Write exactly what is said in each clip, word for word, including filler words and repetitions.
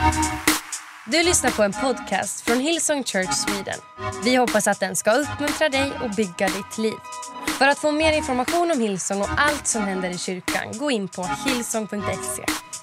Du lyssnar på en podcast från Hillsong Church Sweden. Vi hoppas att den ska uppmuntra dig och bygga ditt liv. För att få mer information om Hillsong och allt som händer i kyrkan, gå in på hillsong punkt se.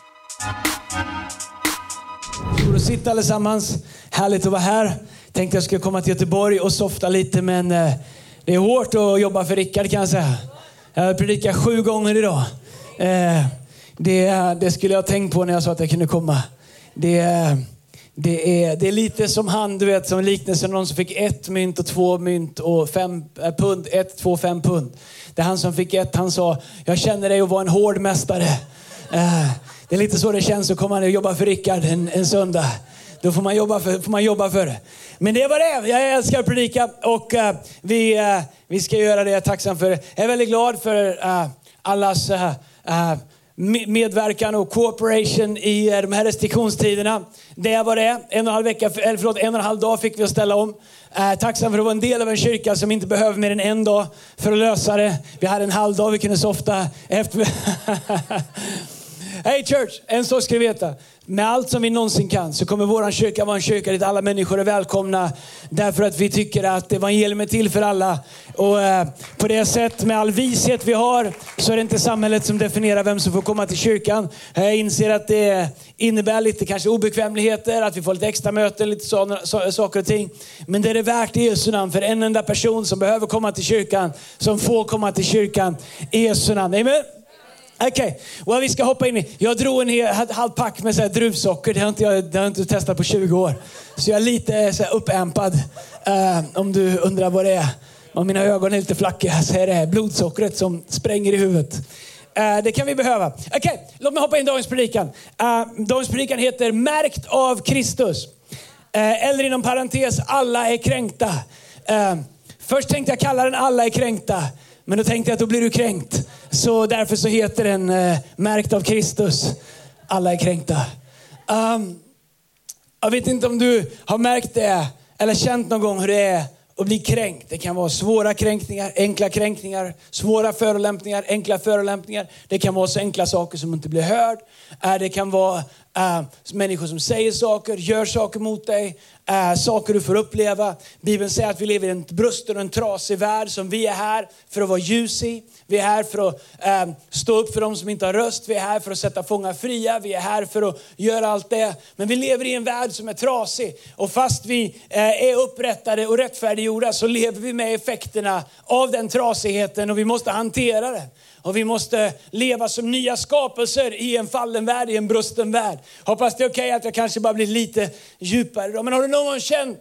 Kul att sitta allesammans. Härligt att vara här. Tänkte jag skulle komma till Göteborg och softa lite, men eh, det är hårt att jobba för Rickard, kan jag säga. Jag predikar sju gånger idag. Eh, det, det skulle jag ha tänkt på när jag sa att jag kunde komma. Det, det, är, det är lite som han, du vet, som liknelse någon som fick ett mynt och två mynt och fem eh, pund. Ett, två, fem pund. Det är han som fick ett, han sa, jag känner dig att vara en hård mästare. Eh, det är lite så det känns att komma och jobba för Rickard en, en söndag. Då får man jobba för, får man jobba för det. Men det var det. Jag älskar att predika och uh, vi, uh, vi ska göra det. Jag är tacksam för det. Jag är väldigt glad för uh, allas uh, uh, medverkan och cooperation i uh, de här restriktionstiderna. Det var det. En och en halv vecka, eller förlåt, en och en halv dag fick vi att ställa om. Uh, tacksam för att vara en del av en kyrka som inte behöver mer än en dag för att lösa det. Vi hade en halv dag vi kunde softa efter. Hey church, en sak ska vi veta. Med allt som vi någonsin kan så kommer våran kyrka vara en kyrka dit alla människor är välkomna. Därför att vi tycker att evangelium är till för alla. Och eh, på det sätt, med all vishet vi har, så är det inte samhället som definierar vem som får komma till kyrkan. Jag inser att det innebär lite kanske obekvämligheter, att vi får lite extra möten, lite sådana så, saker och ting. Men det är det värt i Jesu namn för en enda person som behöver komma till kyrkan, som får komma till kyrkan i Jesu namn. Amen. Okej, okay. Well, vi ska hoppa in i. Jag drog en hel, halv pack med så här druvsocker. Det har inte jag, det har jag inte testat på tjugo år. Så jag är lite så här uppampad. Uh, om du undrar vad det är. Om mina ögon är lite flackiga så är det blodsockret som spränger i huvudet. Uh, det kan vi behöva. Okej, okay. Låt mig hoppa in i dagens predikan. Uh, dagens predikan heter Märkt av Kristus. Uh, eller inom parentes, alla är kränkta. Uh, först tänkte jag kalla den Alla är kränkta. Men då tänkte jag att då blir du kränkt. Så därför så heter den uh, Märkt av Kristus. Alla är kränkta. Um, jag vet inte om du har märkt det eller känt någon gång hur det är att bli kränkt. Det kan vara svåra kränkningar, enkla kränkningar, svåra förolämpningar, enkla förolämpningar. Det kan vara så enkla saker som inte blir hörd. Uh, det kan vara uh, människor som säger saker, gör saker mot dig. Uh, saker du får uppleva. Bibeln säger att vi lever i en brusten och en trasig värld som vi är här för att vara ljus i. Vi är här för att uh, stå upp för dem som inte har röst. Vi är här för att sätta fångar fria. Vi är här för att göra allt det. Men vi lever i en värld som är trasig. Och fast vi uh, är upprättade och rättfärdiggjorda så lever vi med effekterna av den trasigheten. Och vi måste hantera det. Och vi måste leva som nya skapelser i en fallen värld, i en brusten värld. Hoppas det är okej okay att jag kanske bara blir lite djupare då. Men har du någon gång känt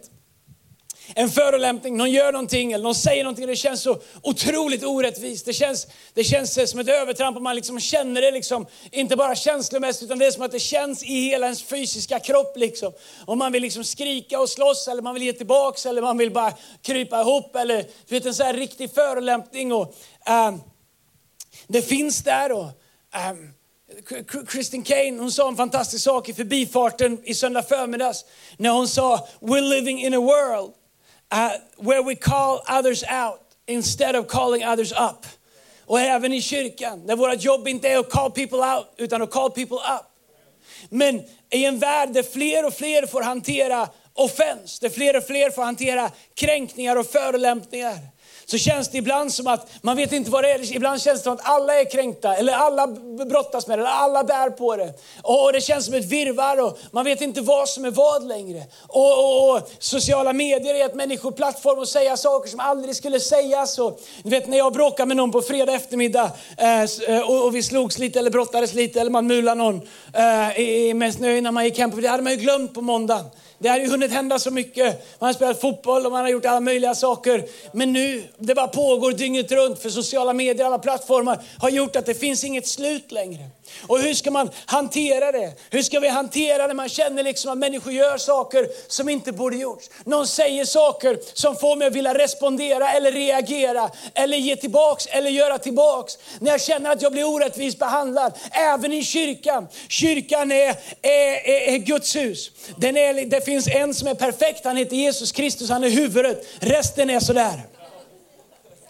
en förolämpning, någon gör någonting eller någon säger någonting och det känns så otroligt orättvist. Det känns, det känns som ett övertramp och man liksom känner det liksom, inte bara känslomässigt utan det är som att det känns i hela ens fysiska kropp liksom. Och man vill liksom skrika och slåss eller man vill ge tillbaks eller man vill bara krypa ihop eller du vet en så här riktig förolämpning och um, det finns där och um, Kristen Kane, hon sa en fantastisk sak i förbifarten i söndag förmiddags när hon sa we're living in a world uh, where we call others out instead of calling others up. Och även i kyrkan där vårt jobb inte är att call people out utan att call people up. Men i en värld där fler och fler får hantera offens, där fler och fler får hantera kränkningar och förolämpningar, så känns det ibland som att man vet inte vad det är. Ibland känns det som att alla är kränkta eller alla brottas med det eller alla bär på det. Och det känns som ett virrvarr och man vet inte vad som är vad längre. Och, och, och sociala medier är ett människoplattform att säga saker som aldrig skulle sägas. Och, du vet när jag bråkade med någon på fredag eftermiddag eh, och, och vi slogs lite eller brottades lite eller man mulade någon eh, i, med snö innan man gick hem. Det hade man ju glömt på måndagen. Det har ju hunnit hända så mycket. Man har spelat fotboll och man har gjort alla möjliga saker. Men nu, det bara pågår dygnet runt för sociala medier, alla plattformar har gjort att det finns inget slut längre. Och hur ska man hantera det? Hur ska vi hantera det? Man känner liksom att människor gör saker som inte borde gjorts. Någon säger saker som får mig att vilja respondera eller reagera. Eller ge tillbaks eller göra tillbaks. När jag känner att jag blir orättvist behandlad. Även i kyrkan. Kyrkan är, är, är, är Guds hus. Den är, det finns en som är perfekt. Han heter Jesus Kristus. Han är huvudet. Resten är sådär.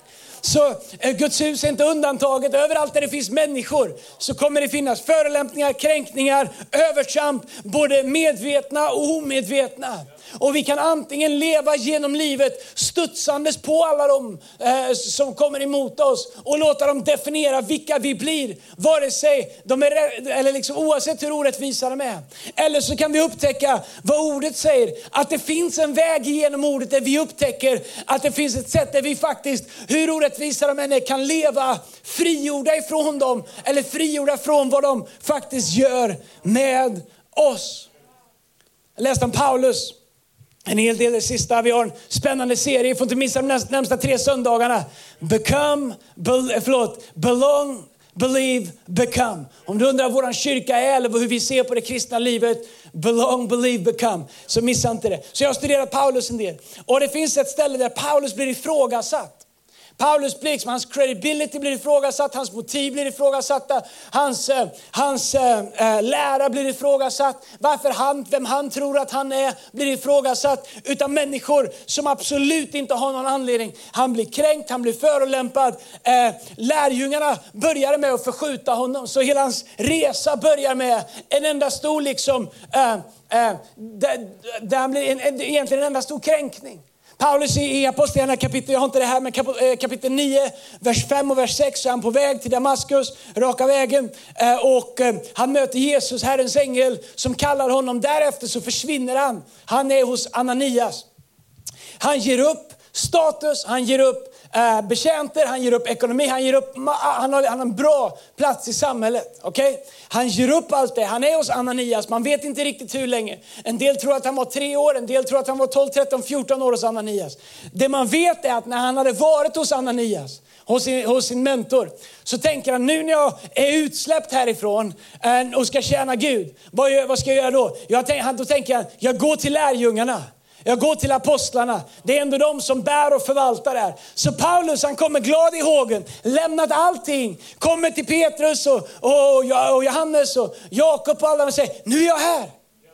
Så eh, Guds hus är inte undantaget. Överallt där det finns människor så kommer det finnas förolämpningar, kränkningar, övertramp, både medvetna och omedvetna. Och vi kan antingen leva genom livet studsandes på alla de eh, som kommer emot oss och låta dem definiera vilka vi blir, vare sig de är, eller liksom oavsett hur orättvisa de är. Eller så kan vi upptäcka vad ordet säger, att det finns en väg genom ordet där vi upptäcker att det finns ett sätt där vi faktiskt, hur orättvisa de än är, kan leva frigjorda ifrån dem eller frigjorda från vad de faktiskt gör med oss. Jag läste om Paulus. En hel del det sista. Vi har en spännande serie. Jag får inte missa de närmsta tre söndagarna. Become, be, förlåt, belong, believe, become. Om du undrar vad vår kyrka är eller hur vi ser på det kristna livet. Belong, believe, become. Så missa inte det. Så jag har studerat Paulus en del. Och det finns ett ställe där Paulus blir ifrågasatt. Paulus blir, hans credibility blir ifrågasatt, hans motiv blir ifrågasatta, hans, eh, hans eh, lära blir ifrågasatt, varför han, vem han tror att han är blir ifrågasatt utan människor som absolut inte har någon anledning. Han blir kränkt, han blir förolämpad. Eh, lärjungarna börjar med att förskjuta honom, så hela hans resa börjar med en enda stor liksom, eh, eh, där, där han blir en, en, egentligen en enda stor kränkning. Paulus i Apostlagärningarna kapitel, jag har inte det här, men kapitel nio, vers fem och vers sex, så är han på väg till Damaskus, raka vägen, och han möter Jesus, Herrens ängel, som kallar honom. Därefter så försvinner han. Han är hos Ananias. Han ger upp status, han ger upp eh, betjänter, han ger upp ekonomi, han ger upp, han har, han har en bra plats i samhället. Okay? Han ger upp allt det, han är hos Ananias, man vet inte riktigt hur länge. En del tror att han var tre år, en del tror att han var tolv, tretton, fjorton år hos Ananias. Det man vet är att när han hade varit hos Ananias, hos sin, hos sin mentor, så tänker han, nu när jag är utsläppt härifrån eh, och ska tjäna Gud, vad, gör, vad ska jag göra då? Jag tänk, då tänker han, jag går till lärjungarna. Jag går till apostlarna. Det är ändå de som bär och förvaltar där. Så Paulus, han kommer glad i hågen. Lämnat allting. Kommer till Petrus och, och, och Johannes och Jakob och alla och säger, nu är jag här.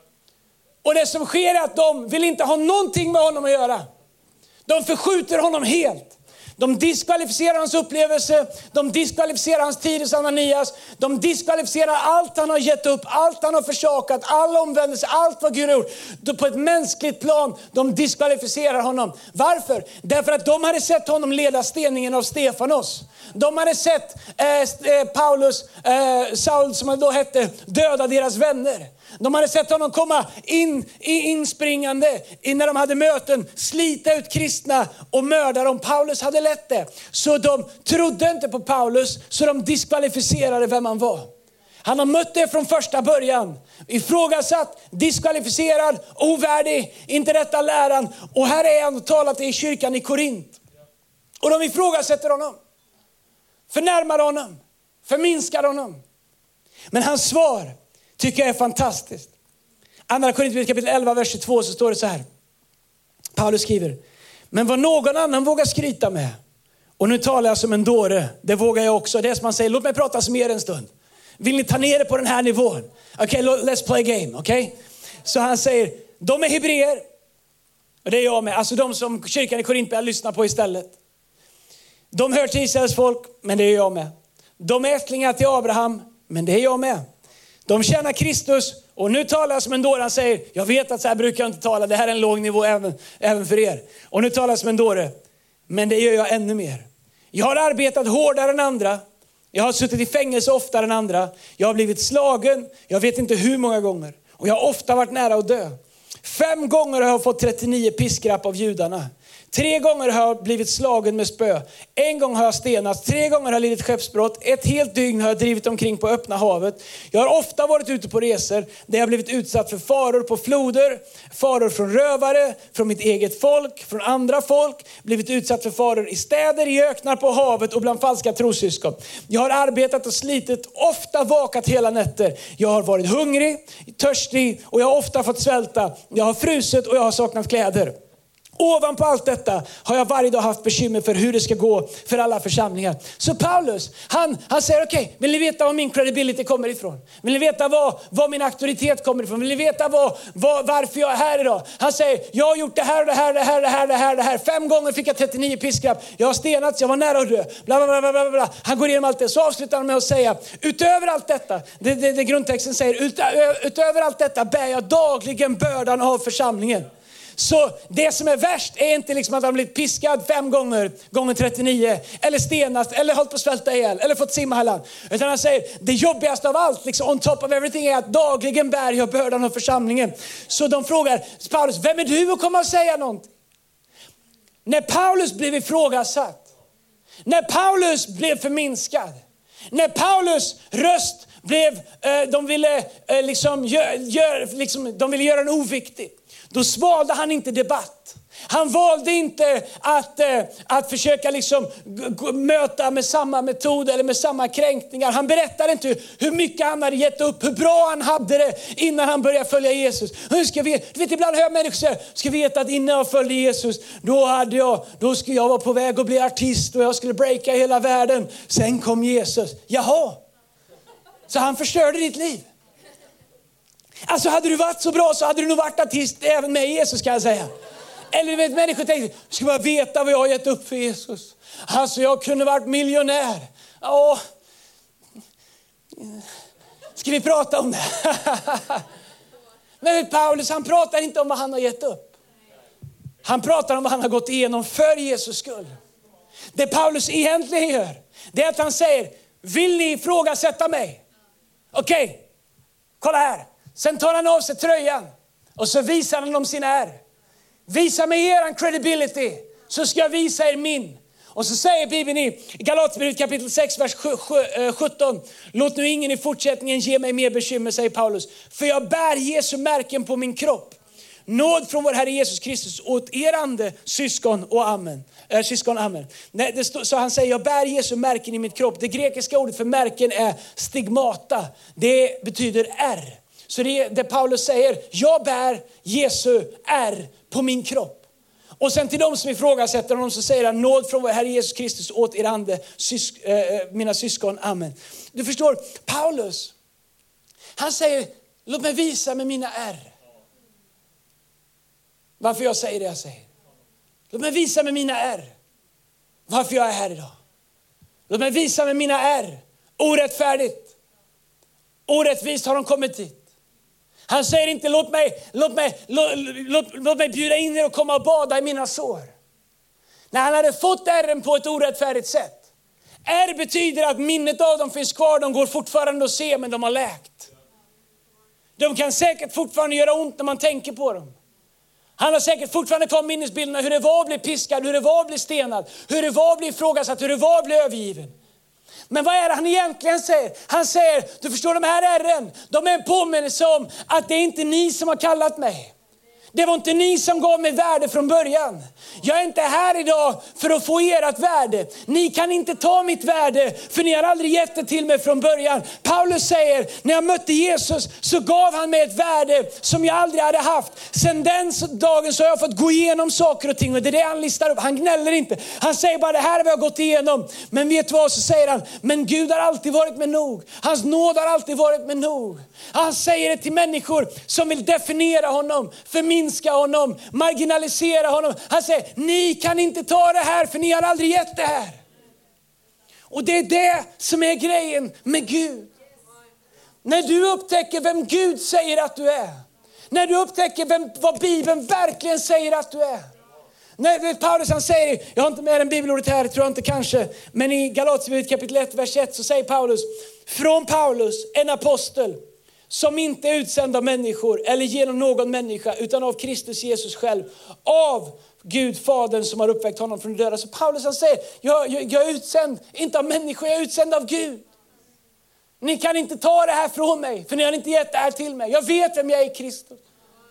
Och det som sker är att de vill inte ha någonting med honom att göra. De förskjuter honom helt. De diskvalificerar hans upplevelse. De diskvalificerar hans tid hos Ananias. De diskvalificerar allt han har gett upp. Allt han har försakat. All omvändelse. Allt vad Gud har gjort. På ett mänskligt plan. De diskvalificerar honom. Varför? Därför att de hade sett honom leda steningen av Stefanos. De hade sett eh, Paulus, eh, Saul som då hette, döda deras vänner. De hade sett honom komma in, inspringande in när de hade möten, slita ut kristna och mörda dem. Paulus hade lätt det. Så de trodde inte på Paulus, så de diskvalificerade vem han var. Han har mött det från första början. Ifrågasatt, diskvalificerad, ovärdig, inte rätta läran. Och här är han och talat i kyrkan i Korint. Och de ifrågasätter honom. Förnärmar honom. Förminskar honom. Men hans svar tycker jag är fantastiskt. Andra Korinthierbrevet kapitel elva, vers tjugotvå, så står det så här. Paulus skriver, men vad någon annan vågar skryta med, och nu talar jag som en dåre, det vågar jag också. Det är som man säger, låt mig prata som er en stund. Vill ni ta ner det på den här nivån? Okej, okay, let's play game. Okay? Så han säger, de är hebreer, och det är jag med. Alltså de som kyrkan i Korint börjar lyssna på istället. De hör till Israels folk, men det är jag med. De är ättlingar till Abraham, men det är jag med. De känner Kristus, och nu talar jag som en dåre. Han säger, jag vet att så här brukar jag inte tala. Det här är en låg nivå även, även för er. Och nu talar jag som en dåre. Men det gör jag ännu mer. Jag har arbetat hårdare än andra. Jag har suttit i fängelse oftare än andra. Jag har blivit slagen. Jag vet inte hur många gånger. Och jag har ofta varit nära att dö. Fem gånger har jag fått trettionio piskrapp av judarna. Tre gånger har jag blivit slagen med spö. En gång har jag stenats. Tre gånger har jag lidit skeppsbrott. Ett helt dygn har jag drivit omkring på öppna havet. Jag har ofta varit ute på resor där jag blivit utsatt för faror på floder. Faror från rövare, från mitt eget folk, från andra folk. Blivit utsatt för faror i städer, i öknar, på havet och bland falska trossyskon. Jag har arbetat och slitit, ofta vakat hela nätter. Jag har varit hungrig, törstig och jag har ofta fått svälta. Jag har frusit och jag har saknat kläder. Ovanpå allt detta har jag varje dag haft bekymmer för hur det ska gå för alla församlingar. Så Paulus, han, han säger okej, okay, vill ni veta var min credibility kommer ifrån? Vill ni veta var, var min auktoritet kommer ifrån? Vill ni veta var, var, varför jag är här idag? Han säger, jag har gjort det här och det här, det här, det här, det här, det här. Fem gånger fick jag trettionio piskrapp. Jag har stenats, jag var nära att dö. Bla, bla, bla, bla, bla. Han går igenom allt det. Så avslutar han med att säga, utöver allt detta, det, det, det grundtexten säger, ut, utöver allt detta bär jag dagligen bördan av församlingen. Så det som är värst är inte liksom att han blivit piskad fem gånger, gånger trettionio, eller stenast, eller hållit på att svälta ihjäl, eller fått simma halland. Utan han säger, det jobbigaste av allt, liksom, on top of everything, är att dagligen bär jag bördan av församlingen. Så de frågar, Paulus, vem är du att komma och säga någonting? När Paulus blev ifrågasatt, när Paulus blev förminskad, när Paulus röst blev, eh, de ville eh, liksom, gör, gör, liksom, de ville göra den oviktig. Då svalde han inte debatt. Han valde inte att, eh, att försöka liksom g- g- möta med samma metod eller med samma kränkningar. Han berättade inte hur mycket han hade gett upp, hur bra han hade det innan han började följa Jesus. Hur ska vi, du vet, ibland hör människor säga, ska vi veta att innan jag följde Jesus, då, hade jag, då skulle jag vara på väg att bli artist och jag skulle breaka hela världen. Sen kom Jesus. Jaha, så han förstörde ditt liv. Alltså hade du varit så bra så hade du nog varit artist även med Jesus, kan jag säga. Eller du vet, människor tänker, ska bara veta vad jag har gett upp för Jesus. Alltså jag kunde varit miljonär. Åh. Ska vi prata om det? Men Paulus, han pratar inte om vad han har gett upp. Han pratar om vad han har gått igenom för Jesus skull. Det Paulus egentligen gör, det är att han säger, vill ni ifrågasätta mig? Okej, okay. Kolla här. Sen tar han av sig tröjan och så visar han dem sin är. Visa mig er credibility så ska jag visa er min. Och så säger Bibeln i Galaterbrevet kapitel sex, vers sjutton. Låt nu ingen i fortsättningen ge mig mer bekymmer, säger Paulus. För jag bär Jesu märken på min kropp. Nåd från vår Herre Jesus Kristus åt er ande, syskon och amen. Äh, syskon, amen. Nej, det stå, så han säger, jag bär Jesu märken i mitt kropp. Det grekiska ordet för märken är stigmata. Det betyder ärr. Så det är det Paulus säger, jag bär Jesu ärr på min kropp. Och sen till de som ifrågasätter honom så säger han, nåd från vår Herre Jesus Kristus åt er ande, sysk, äh, mina syskon, amen. Du förstår, Paulus, han säger, låt mig visa med mina ärr. Varför jag säger det jag säger. Låt mig visa med mina ärr varför jag är här idag. Låt mig visa med mina ärr. Orättfärdigt. Orättvist har de kommit dit. Han säger inte, låt mig, låt mig, låt, låt, låt mig bjuda in er och komma och bada i mina sår. När han hade fått ärren på ett orättfärdigt sätt. Ärr betyder att minnet av dem finns kvar. De går fortfarande att se, men de har läkt. De kan säkert fortfarande göra ont när man tänker på dem. Han har säkert fortfarande kvar minnesbilderna hur det var att bli piskad, hur det var att bli stenad, hur det var att bli ifrågasatt, hur det var att bli övergiven. Men vad är det han egentligen säger? Han säger, du förstår, de här ärren, de är en påminnelse om att det är inte ni som har kallat mig. Det var inte ni som gav mig värde från början. Jag är inte här idag för att få ert värde. Ni kan inte ta mitt värde, för ni har aldrig gett det till mig från början. Paulus säger, när jag mötte Jesus så gav han mig ett värde som jag aldrig hade haft. Sen den dagen så har jag fått gå igenom saker och ting. Och det är det han listar upp. Han gnäller inte. Han säger bara, det här har jag gått igenom. Men vet du vad, så säger han, men Gud har alltid varit med nog. Hans nåd har alltid varit med nog. Han säger det till människor som vill definiera honom, förminska honom, marginalisera honom. Han säger, ni kan inte ta det här för ni har aldrig gett det här. Och det är det som är grejen med Gud. När du upptäcker vem Gud säger att du är. När du upptäcker vem, vad Bibeln verkligen säger att du är. När Paulus han säger, jag har inte med en bibelordet här, tror jag inte kanske. Men i Galaterbrevet kapitel ett, vers ett så säger Paulus, från Paulus, en apostel, som inte är utsänd av människor eller genom någon människa utan av Kristus Jesus själv. Av Gud Fadern som har uppväckt honom från de döda. Så Paulus han säger, jag, jag, jag är utsänd inte av människor, jag är utsänd av Gud. Ni kan inte ta det här från mig, för ni har inte gett det här till mig. Jag vet vem jag är i Kristus.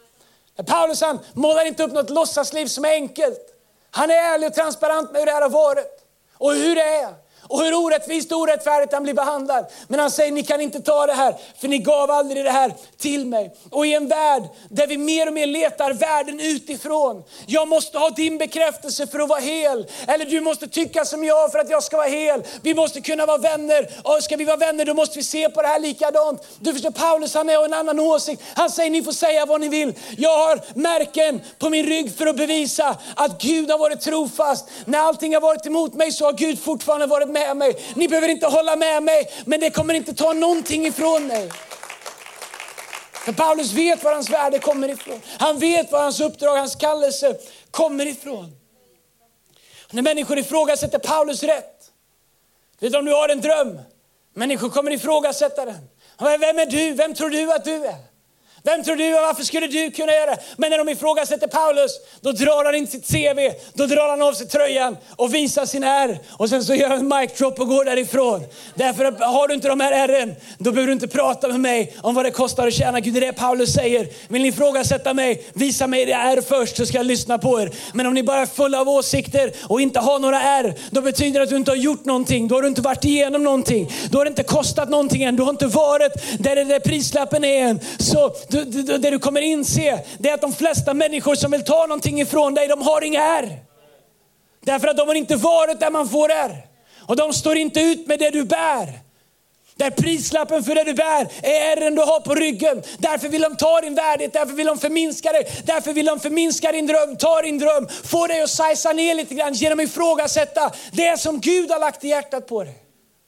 Paulus han målar inte upp något låtsasliv som är enkelt. Han är ärlig och transparent med hur det här har varit och hur det är. Och hur orättvist och orättfärdigt han blir behandlad. Men han säger, ni kan inte ta det här, för ni gav aldrig det här till mig. Och i en värld där vi mer och mer letar världen utifrån. Jag måste ha din bekräftelse för att vara hel. Eller du måste tycka som jag för att jag ska vara hel. Vi måste kunna vara vänner. Och ska vi vara vänner, då måste vi se på det här likadant. Du förstår, Paulus, han har en annan åsikt. Han säger, ni får säga vad ni vill. Jag har märken på min rygg för att bevisa att Gud har varit trofast. När allting har varit emot mig så har Gud fortfarande varit med mig. Ni behöver inte hålla med mig, men det kommer inte ta någonting ifrån mig. För Paulus vet var hans värde kommer ifrån. Han vet var hans uppdrag, hans kallelse kommer ifrån. Och när människor ifrågasätter Paulus rätt. Vet du, om du har en dröm, människor kommer ifrågasätta den. Vem är du? Vem tror du att du är? Vem tror du och varför skulle du kunna göra det? Men när de ifrågasätter Paulus, då drar han in sitt C V. Då drar han av sig tröjan och visar sin ärr. Och sen så gör han en mic drop och går därifrån. Därför att har du inte de här ärren, då behöver du inte prata med mig om vad det kostar att tjäna Gud. Det är det Paulus säger. Vill ni ifrågasätta mig, visa mig det ärr först så ska jag lyssna på er. Men om ni bara är fulla av åsikter och inte har några ärr, då betyder det att du inte har gjort någonting. Då har du inte varit igenom någonting. Då har det inte kostat någonting än. Du har inte varit där det där prislappen är än. Så Du, du, det du kommer inse, det är att de flesta människor som vill ta någonting ifrån dig, de har inga ärr. Därför att de har inte varit där man får ärr. Och de står inte ut med det du bär. Där prislappen för det du bär är ärren du har på ryggen. Därför vill de ta din värdighet, därför vill de förminska dig. Därför vill de förminska din dröm, ta din dröm. Få dig att sajsa ner lite grann genom att ifrågasätta det som Gud har lagt i hjärtat på dig.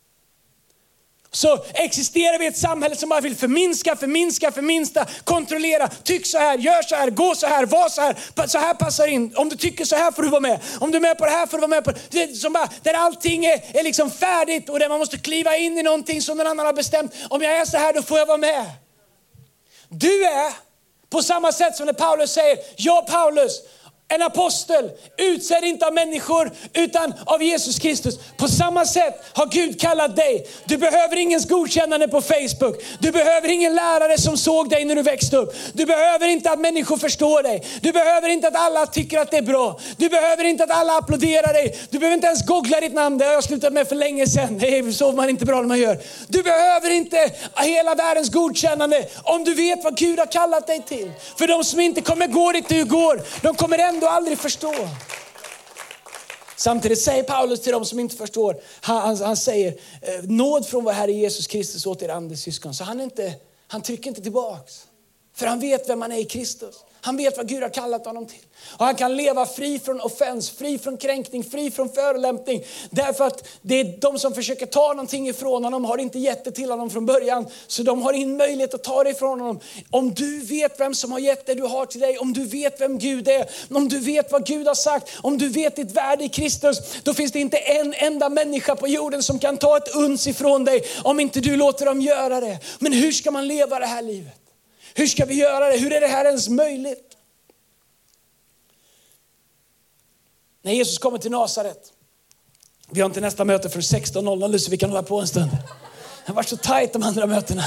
Så existerar vi i ett samhälle som bara vill förminska, förminska, förminska, kontrollera. Tyck så här, gör så här, gå så här, var så här. Så här passar in. Om du tycker så här får du vara med. Om du är med på det här får du vara med på det. det som bara, där allting är, är liksom färdigt och där man måste kliva in i någonting som någon annan har bestämt. Om jag är så här, då får jag vara med. Du är på samma sätt som när Paulus säger, jag Paulus, en apostel, utsedd inte av människor utan av Jesus Kristus. På samma sätt har Gud kallat dig. Du behöver ingens godkännande på Facebook. Du behöver ingen lärare som såg dig när du växte upp. Du behöver inte att människor förstår dig. Du behöver inte att alla tycker att det är bra. Du behöver inte att alla applåderar dig. Du behöver inte ens googla ditt namn. Det har jag slutat med för länge sedan. Det sover man inte bra när man gör. Du behöver inte hela världens godkännande om du vet vad Gud har kallat dig till. För de som inte kommer gå dit du går, de kommer ändå du aldrig förstå. Samtidigt säger Paulus till dem som inte förstår. Han, han, han säger nåd från vår Herre Jesus Kristus åt er andes syskon. Så han, inte, han trycker inte tillbaks. För han vet vem han är i Kristus. Han vet vad Gud har kallat honom till. Och han kan leva fri från offens, fri från kränkning, fri från förolämpning. Därför att det är de som försöker ta någonting ifrån honom har inte gett det till honom från början. Så de har ingen möjlighet att ta det ifrån honom. Om du vet vem som har gett det du har till dig, om du vet vem Gud är, om du vet vad Gud har sagt, om du vet ditt värde i Kristus, då finns det inte en enda människa på jorden som kan ta ett uns ifrån dig om inte du låter dem göra det. Men hur ska man leva det här livet? Hur ska vi göra det? Hur är det här ens möjligt? När Jesus kommer till Nasaret. Vi har inte nästa möte för sexton noll noll så vi kan hålla på en stund. Det har varit så tajt de andra mötena.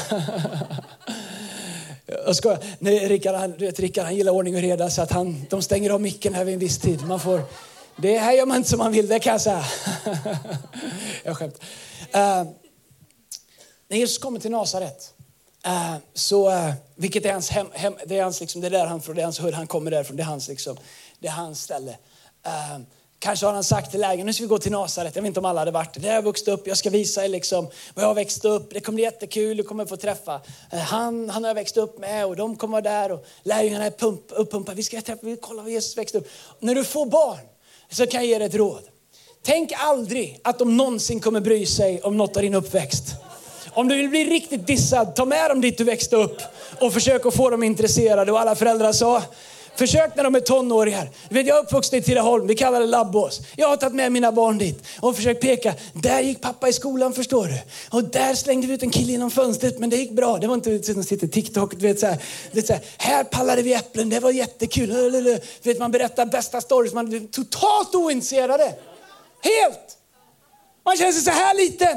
Jag ska, nej, Rickard, han, du vet, Rickard, han gillar ordning och reda så att han, de stänger av micken här vid en viss tid. Man får, det här gör man inte som man vill, det kan jag säga. Jag skämt. Uh, när Jesus kommer till Nasaret. Uh, så, uh, vilket är hans hem, hem det är hans liksom, det är där han från, det är hans hud, han kommer därifrån, det är hans liksom, det är hans ställe. Uh, kanske har han sagt till lägen, nu ska vi gå till Nasaret. Jag vet inte om alla hade varit där jag vuxit upp, jag ska visa er liksom vad jag har växt upp. Det kommer bli jättekul, du kommer få träffa uh, han, han har jag växt upp med och de kommer vara där och lärjungarna är pump, uppumpade. Vi ska träffa, vi kolla vad Jesus växte upp. När du får barn så kan jag ge dig ett råd. Tänk aldrig att de någonsin kommer bry sig om något av din uppväxt. Om du vill bli riktigt dissad, ta med dem dit du växte upp och försök att få dem intresserade. Och alla föräldrar sa, försök när de är tonåringar. Du vet, jag är uppvuxen i Tidaholm, vi kallar det Labbås. Jag har tagit med mina barn dit och försökt peka. Där gick pappa i skolan, förstår du. Och där slängde vi ut en kille genom fönstret, men det gick bra. Det var inte som sitter TikTok, du vet så här. Du vet, så här, här pallade vi äpplen, det var jättekul. Du vet, man berättar bästa stories, man är totalt ointresserade. Helt! Man känner sig så här liten.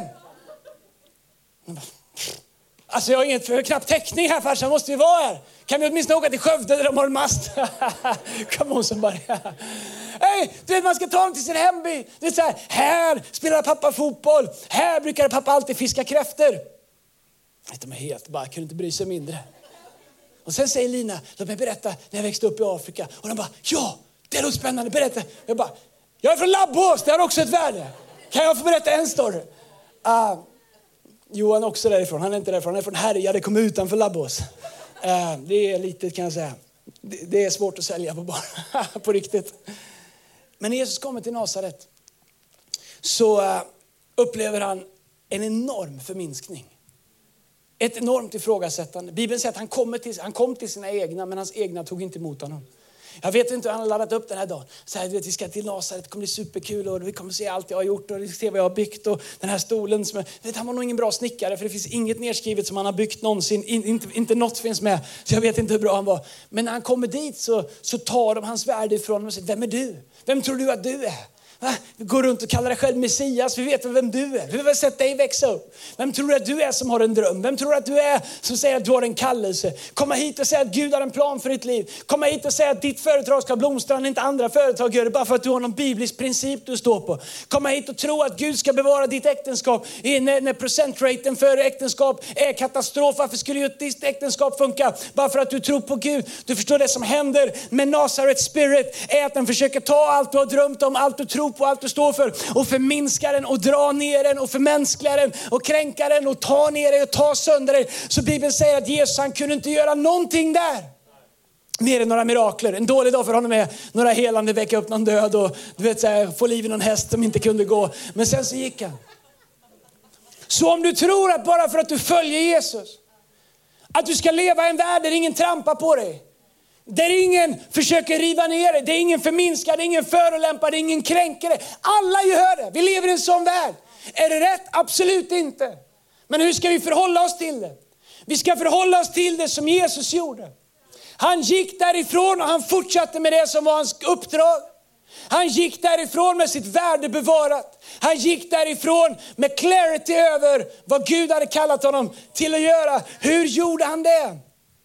Alltså jag har inget för knapp täckning här, farsan, måste vi vara här. Kan vi åtminstone åka till Skövde där de har en mast? Kom on, som bara. Hej, du vet, man ska ta dem till sin hemby. Det är så här, här spelar pappa fotboll. Här brukar pappa alltid fiska kräftor. De är helt bara, kunde inte bry sig mindre. Och sen säger Lina, låt mig berätta när jag växte upp i Afrika. Och de bara, ja, det låter spännande, berätta. Jag bara, jag är från Labbås, det har också ett värde. Kan jag få berätta en story? Uh, Johan är också därifrån, han är inte därifrån, han är från Härja, det kom utanför Labbås. Uh, det är litet kan jag säga. Det, det är svårt att sälja på barn, på riktigt. Men när Jesus kommer till Nasaret så uh, upplever han en enorm förminskning. Ett enormt ifrågasättande. Bibeln säger att han, kommer till, han kom till sina egna, men hans egna tog inte emot honom. Jag vet inte hur han har laddat upp den här dagen. Så här, du vet, vi ska till Nasaret, det kommer bli superkul och vi kommer se allt jag har gjort och vi ska se vad jag har byggt. Och den här stolen, som, vet, han var nog ingen bra snickare för det finns inget nedskrivet som han har byggt någonsin. In, inte, inte något finns med, så jag vet inte hur bra han var. Men när han kommer dit så, så tar de hans värde ifrån honom och säger, vem är du? Vem tror du att du är? Va? Vi går runt och kallar dig själv Messias. Vi vet vem du är. Vi har sett dig växa upp. Vem tror du att du är som har en dröm? Vem tror du att du är som säger att du har en kallelse? Komma hit och säga att Gud har en plan för ditt liv. Komma hit och säga att ditt företag ska blomstra när inte andra företag gör det. Bara för att du har någon biblisk princip du står på. Komma hit och tro att Gud ska bevara ditt äktenskap. När, när procentraten för äktenskap är katastrof. Varför skulle ju ditt äktenskap funka? Bara för att du tror på Gud. Du förstår det som händer med Nazaret Spirit är att den försöker ta allt du har drömt om. Allt du tror på, allt du står för och förminska den och dra ner den och förmänskla den och kränka den och ta ner dig och ta sönder dig. Så Bibeln säger att Jesus, han kunde inte göra någonting där. Mer än några mirakler. En dålig dag för honom är några helande, väcka upp någon död och du vet så här, få liv i någon häst som inte kunde gå. Men sen så gick han. Så om du tror att bara för att du följer Jesus att du ska leva i en värld där ingen trampar på dig, där ingen försöker riva ner det, det är ingen förminskar, det är ingen förolämpar, det är ingen kränker det. Alla gör det. Vi lever i en sån värld. Är det rätt? Absolut inte. Men hur ska vi förhålla oss till det? Vi ska förhålla oss till det som Jesus gjorde. Han gick därifrån och han fortsatte med det som var hans uppdrag. Han gick därifrån med sitt värde bevarat. Han gick därifrån med clarity över vad Gud hade kallat honom till att göra. Hur gjorde han det?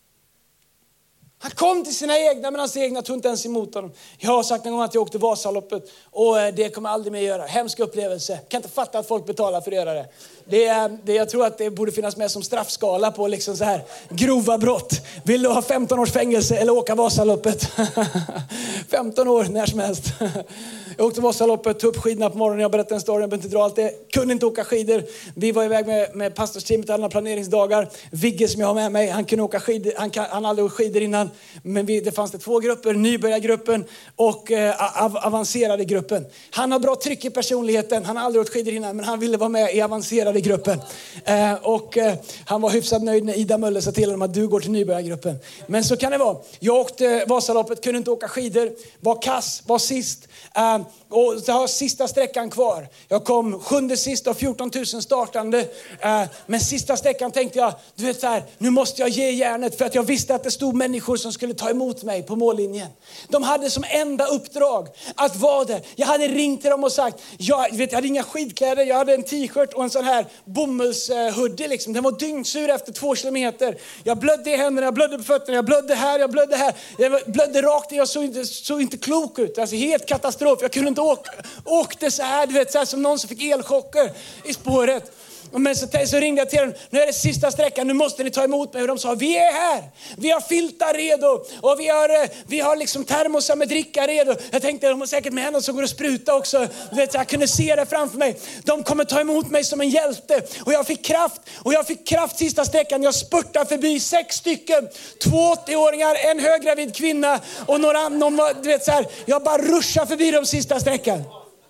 Han kom till sina egna, men hans egna tog inte ens emot honom. Jag har sagt en gång att jag åkte Vasaloppet och det kommer jag aldrig mer göra. Hemsk upplevelse. Kan inte fatta att folk betalar för att göra det. Det är, det, jag tror att det borde finnas med som straffskala på liksom så här grova brott. Vill du ha femton års fängelse eller åka Vasaloppet? femton år när som helst. Jag åkte Vasaloppet, tog upp skidorna på morgonen. Jag berättade en story, jag behöver inte dra allt det. Kunde inte åka skidor. Vi var iväg med, med pastorsteamet alla planeringsdagar. Vigge som jag har med mig, han kunde åka skidor. Han, kan, han hade åkt skidor innan. Men vi, det fanns det två grupper, nybörjargruppen och eh, av, avancerade gruppen. Han har bra tryck i personligheten. Han har aldrig åkt skidor innan, men han ville vara med i avancerade gruppen. Eh, och eh, han var hyfsat nöjd när Ida Möller sa till honom att du går till nybörjargruppen. Men så kan det vara. Jag åkte Vasaloppet, kunde inte åka skidor. Var kass, var sist. Eh, och så har sista sträckan kvar. Jag kom sjunde sist av fjorton tusen startande. Eh, men sista sträckan tänkte jag, du vet så här, nu måste jag ge järnet. För att jag visste att det stod människor som skulle ta emot mig på mållinjen. De hade som enda uppdrag att vara där. Jag hade ringt till dem och sagt, jag, vet, jag hade inga skidkläder. Jag hade en t-shirt och en sån här bomullshoodie. Liksom. Den var dyngsur efter två kilometer. Jag blödde i händerna, jag blödde på fötterna, jag blödde här, jag blödde här. Jag blödde rakt in, jag såg inte, såg inte klok ut. Alltså helt katastrof. Jag kunde inte åka. Åkte så här, du vet, så här som någon som fick elchocker i spåret. Men så, så ringde jag till dem. Nu är det sista sträckan. Nu måste ni ta emot mig. Och de sa, vi är här. Vi har filtar redo. Och vi har, vi har liksom termosar med dricka redo. Jag tänkte, de har säkert med henne som går och spruta också. Du vet, så jag kunde se det framför mig. De kommer ta emot mig som en hjälte. Och jag fick kraft. Och jag fick kraft sista sträckan. Jag spurtade förbi sex stycken. Två åttio-åringar, en höggravid kvinna. Och några, någon var, du vet så här. Jag bara ruschade förbi de sista sträckan.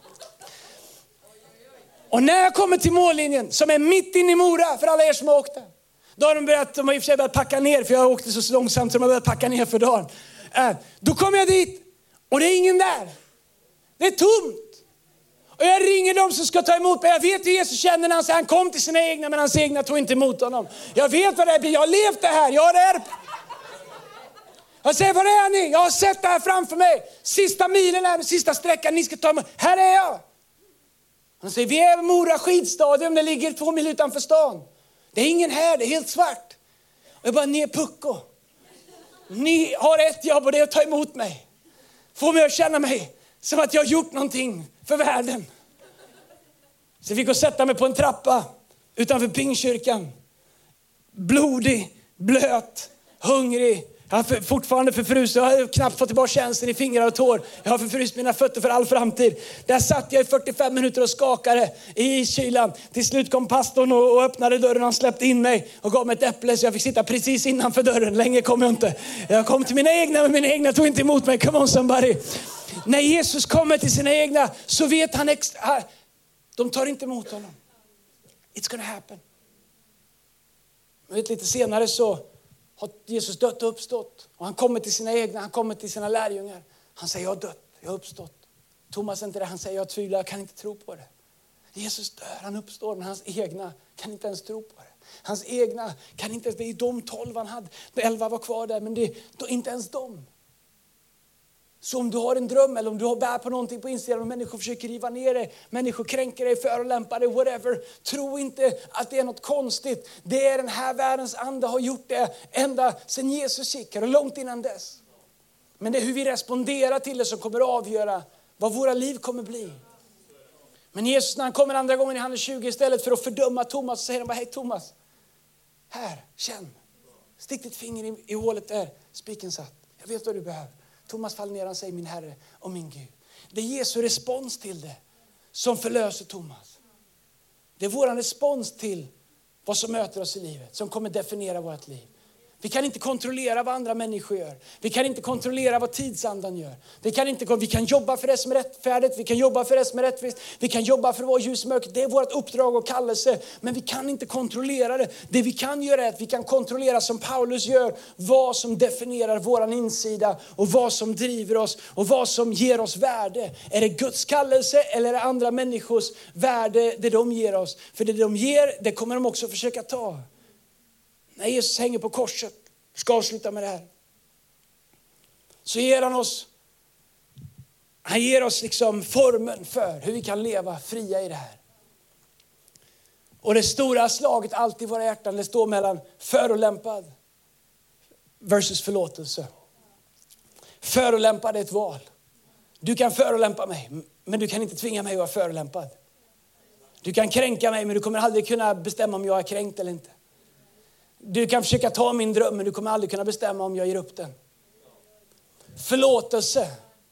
Och när jag kommer till mållinjen, som är mitt inne i Mora, för alla er som har åkt där. Då har de börjat, de har i och för sig börjat packa ner, för jag åkte så långsamt så de har börjat packa ner för dagen. Äh, då kommer jag dit, och det är ingen där. Det är tomt. Och jag ringer dem som ska ta emot mig. Jag vet hur Jesus känner när han säger, han kom till sina egna, men hans egna tog inte emot honom. Jag vet vad det blir, jag har levt det här, jag har det. Jag säger, var är ni? Jag har sett det här framför mig. Sista milen är den sista sträckan, ni ska ta emot. Här är jag. Han säger, vi är i Mora skidstadion, det ligger två mil utanför stan. Det är ingen här, det är helt svart. Och jag bara, ni är pucko. Ni har ett jobb och det är att ta emot mig. Få mig att känna mig Som att jag har gjort någonting för världen. Så jag fick gå sätta mig på en trappa utanför Pingkyrkan. Blodig, blöt, hungrig. Jag har för, fortfarande förfryst. Jag har knappt fått tillbaka känslan i fingrar och tår. Jag har förfryst mina fötter för all framtid. Där satt jag i fyrtiofem minuter och skakade i kylan. Till slut kom pastorn och, och öppnade dörren. Han släppte in mig och gav mig ett äpple. Så jag fick sitta precis innanför dörren. Länge kom jag inte. Jag kom till mina egna, men mina egna tog inte emot mig. Come on somebody. När Jesus kommer till sina egna så vet han extra. De tar inte emot honom. It's gonna happen. Men vet, lite senare så har Jesus dött och uppstått. Och han kommer till sina egna, han kommer till sina lärjungar. Han säger, jag har dött, jag har uppstått. Thomas är inte det, han säger, jag tvivlar, jag kan inte tro på det. Jesus dör, han uppstår, men hans egna kan inte ens tro på det. Hans egna kan inte ens, det är de tolv han hade. De elva var kvar där, men det är inte ens de. Så om du har en dröm eller om du har bär på någonting på insidan och människor försöker riva ner dig, människor kränker dig, förolämpar dig, whatever. Tro inte att det är något konstigt. Det är den här världens ande har gjort det ända sedan Jesus gick och långt innan dess. Men det är hur vi responderar till det som kommer att avgöra vad våra liv kommer bli. Men Jesus när han kommer andra gången i Johannes tjugo istället för att fördöma Thomas så säger han bara, hej Thomas, här, känn. Stick ditt finger i, i hålet där spiken satt. Jag vet vad du behöver. Thomas faller ner och säger min Herre och min Gud. Det är Jesu respons till det som förlöser Thomas. Det är vår respons till vad som möter oss i livet som kommer definiera vårt liv. Vi kan inte kontrollera vad andra människor gör. Vi kan inte kontrollera vad tidsandan gör. Vi kan, inte, vi kan jobba för det som är rättfärdigt. Vi kan jobba för det som är rättvist. Vi kan jobba för att vara ljus och mörker. Det är vårt uppdrag och kallelse. Men vi kan inte kontrollera det. Det vi kan göra är att vi kan kontrollera som Paulus gör. Vad som definierar våran insida. Och vad som driver oss. Och vad som ger oss värde. Är det Guds kallelse eller är det andra människors värde det de ger oss? För det de ger, det kommer de också försöka ta. När Jesus hänger på korset, ska avsluta med det här. Så ger han oss, han ger oss liksom formen för hur vi kan leva fria i det här. Och det stora slaget alltid i våra hjärtan, det står mellan förolämpad versus förlåtelse. Förolämpad är ett val. Du kan förolämpa mig, men du kan inte tvinga mig att vara förolämpad. Du kan kränka mig, men du kommer aldrig kunna bestämma om jag är kränkt eller inte. Du kan försöka ta min dröm, men du kommer aldrig kunna bestämma om jag ger upp den. Förlåtelse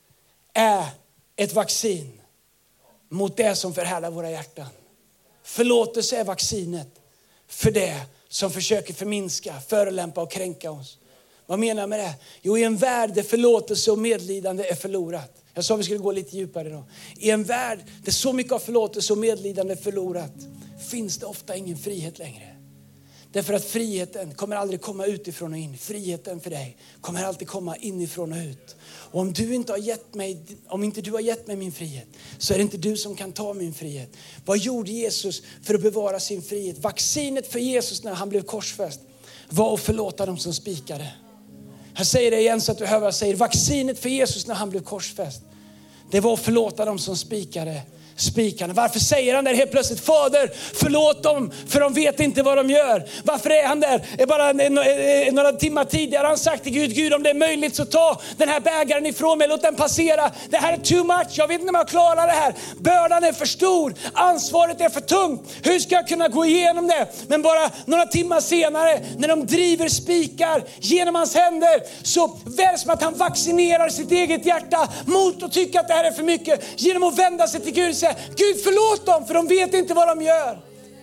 är ett vaccin mot det som förhärdar våra hjärtan. Förlåtelse är vaccinet för det som försöker förminska, förolämpa och kränka oss. Vad menar jag med det? Jo, i en värld där förlåtelse och medlidande är förlorat. Jag sa att vi skulle gå lite djupare då. I en värld där så mycket av förlåtelse och medlidande är förlorat finns det ofta ingen frihet längre. Därför att friheten kommer aldrig komma utifrån och in. Friheten för dig kommer alltid komma inifrån och ut. Och om du inte har gett mig, om inte du har gett mig min frihet, så är det inte du som kan ta min frihet. Vad gjorde Jesus för att bevara sin frihet? Vaccinet för Jesus när han blev korsfäst var att förlåta dem som spikade. Jag säger det igen så att du hör vad jag säger. Vaccinet för Jesus när han blev korsfäst, det var att förlåta dem som spikade. Spikarna. Varför säger han där helt plötsligt, Fader, förlåt dem för de vet inte vad de gör? Varför är han där? Är bara några timmar tidigare han sagt till Gud, Gud om det är möjligt så ta den här bägaren ifrån mig, låt den passera. Det här är too much, jag vet inte om jag klarar det här. Bördan är för stor, ansvaret är för tungt. Hur ska jag kunna gå igenom det? Men bara några timmar senare när de driver spikar genom hans händer så är det som att han vaccinerar sitt eget hjärta mot att tycka att det här är för mycket genom att vända sig till Gud och säga, Gud förlåt dem för de vet inte vad de gör.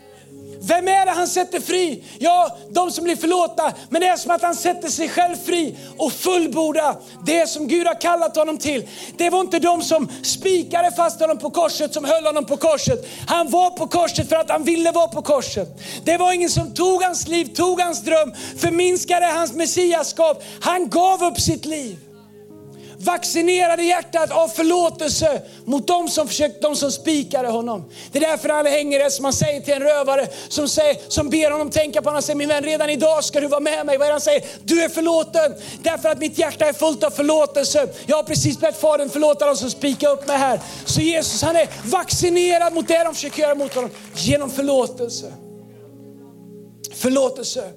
Vem är det han sätter fri? Ja, de som blir förlåtna. Men det är som att han sätter sig själv fri och fullborda det som Gud har kallat honom till. Det var inte de som spikade fast honom på korset som höll honom på korset. Han var på korset för att han ville vara på korset. Det var ingen som tog hans liv, tog hans dröm, förminskade hans messiaskap. Han gav upp sitt liv. Vaccinerade hjärtat av förlåtelse mot de som försökte, de som spikade honom. Det är därför han hänger det som man säger till en rövare som, säger, som ber honom tänka på honom. Han säger, min vän, redan idag ska du vara med mig. Vad är det han säger? Du är förlåten därför att mitt hjärta är fullt av förlåtelse. Jag har precis bett Fadern förlåta dem som spikar upp mig här. Så Jesus, han är vaccinerad mot det de försöker göra mot honom genom förlåtelse. Förlåtelse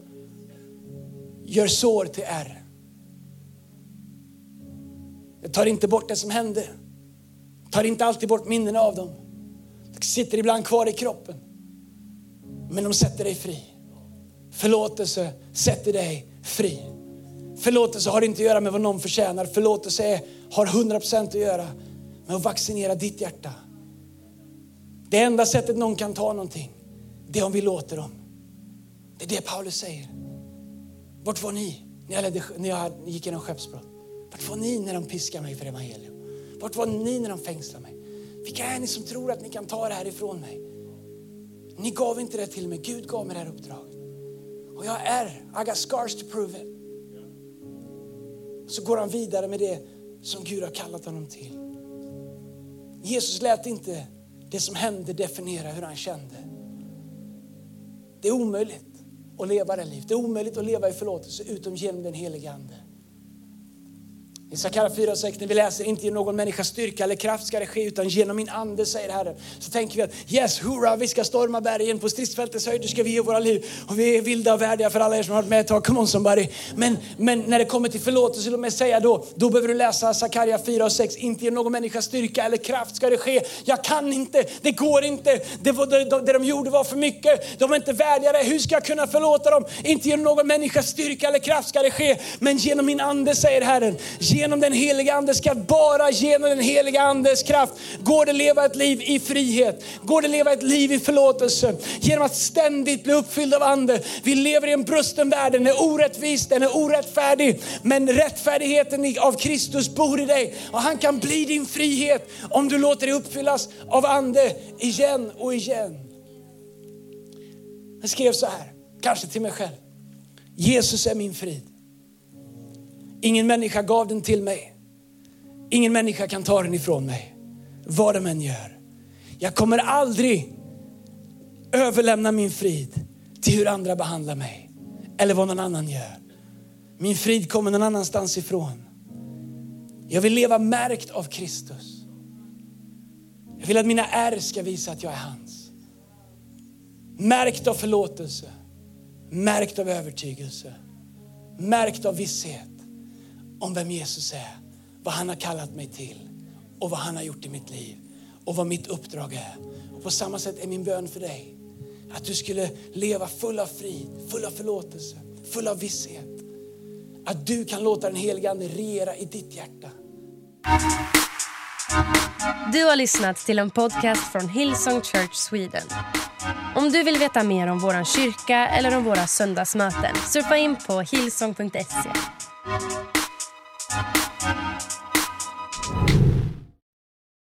gör sår till ärr. Det tar inte bort det som hände. tar inte alltid bort minnen av dem. De sitter ibland kvar i kroppen. Men de sätter dig fri. Förlåtelse sätter dig fri. Förlåtelse har inte att göra med vad någon förtjänar. Förlåtelse är, har hundra procent att göra med att vaccinera ditt hjärta. Det enda sättet någon kan ta någonting, det är om vi låter dem. Det är det Paulus säger. Vart var ni när jag, ledde, när jag gick igenom skeppsbrott? Vart var ni när de piskade mig för evangelium? Vart var ni när de fängslade mig? Vilka är ni som tror att ni kan ta det här ifrån mig? Ni gav inte det till mig. Gud gav mig det här uppdraget. Och jag är, I got scars to prove it. Så går han vidare med det som Gud har kallat honom till. Jesus lät inte det som hände definiera hur han kände. Det är omöjligt att leva det livet. Det är omöjligt att leva i förlåtelse utom genom den heliga ande. I Sakarja fyra sex när vi läser inte genom någon människas styrka eller kraft ska det ske utan genom min ande, säger Herren. Så tänker vi att yes, hurra, vi ska storma bergen, på stridsfältets höjder ska vi ge våra liv. Och vi är vilda och värdiga för alla er som har varit med ett tag. Come on somebody. Men, men när det kommer till förlåtelse, låt mig säga då, då behöver du läsa Sakarja fyra och sex. Inte genom någon människas styrka eller kraft ska det ske. Jag kan inte, det går inte. Det, var, det, det de gjorde var för mycket. De är inte värdiga. Hur ska jag kunna förlåta dem? Inte genom någon människas styrka eller kraft ska det ske. Men genom min ande, säger Herren. Genom den heliga ande, ska bara genom den heliga andes kraft går det leva ett liv i frihet. Går det leva ett liv i förlåtelse. Genom att ständigt bli uppfylld av ande. Vi lever i en brusten värld. Den är orättvis, den är orättfärdig. Men rättfärdigheten av Kristus bor i dig. Och han kan bli din frihet om du låter dig uppfyllas av ande igen och igen. Jag skrev så här, kanske till mig själv. Jesus är min frid. Ingen människa gav den till mig. Ingen människa kan ta den ifrån mig. Vad de än gör. Jag kommer aldrig överlämna min frid till hur andra behandlar mig. Eller vad någon annan gör. Min frid kommer någon annanstans ifrån. Jag vill leva märkt av Kristus. Jag vill att mina ärr ska visa att jag är hans. Märkt av förlåtelse. Märkt av övertygelse. Märkt av visshet om vem Jesus är, vad han har kallat mig till och vad han har gjort i mitt liv och vad mitt uppdrag är. Och på samma sätt är min bön för dig att du skulle leva full av frid, full av förlåtelse, full av visshet. Att du kan låta den heliga ande regera i ditt hjärta. Du har lyssnat till en podcast från Hillsong Church Sweden. Om du vill veta mer om våran kyrka eller om våra söndagsmöten, surfa in på hillsong punkt se.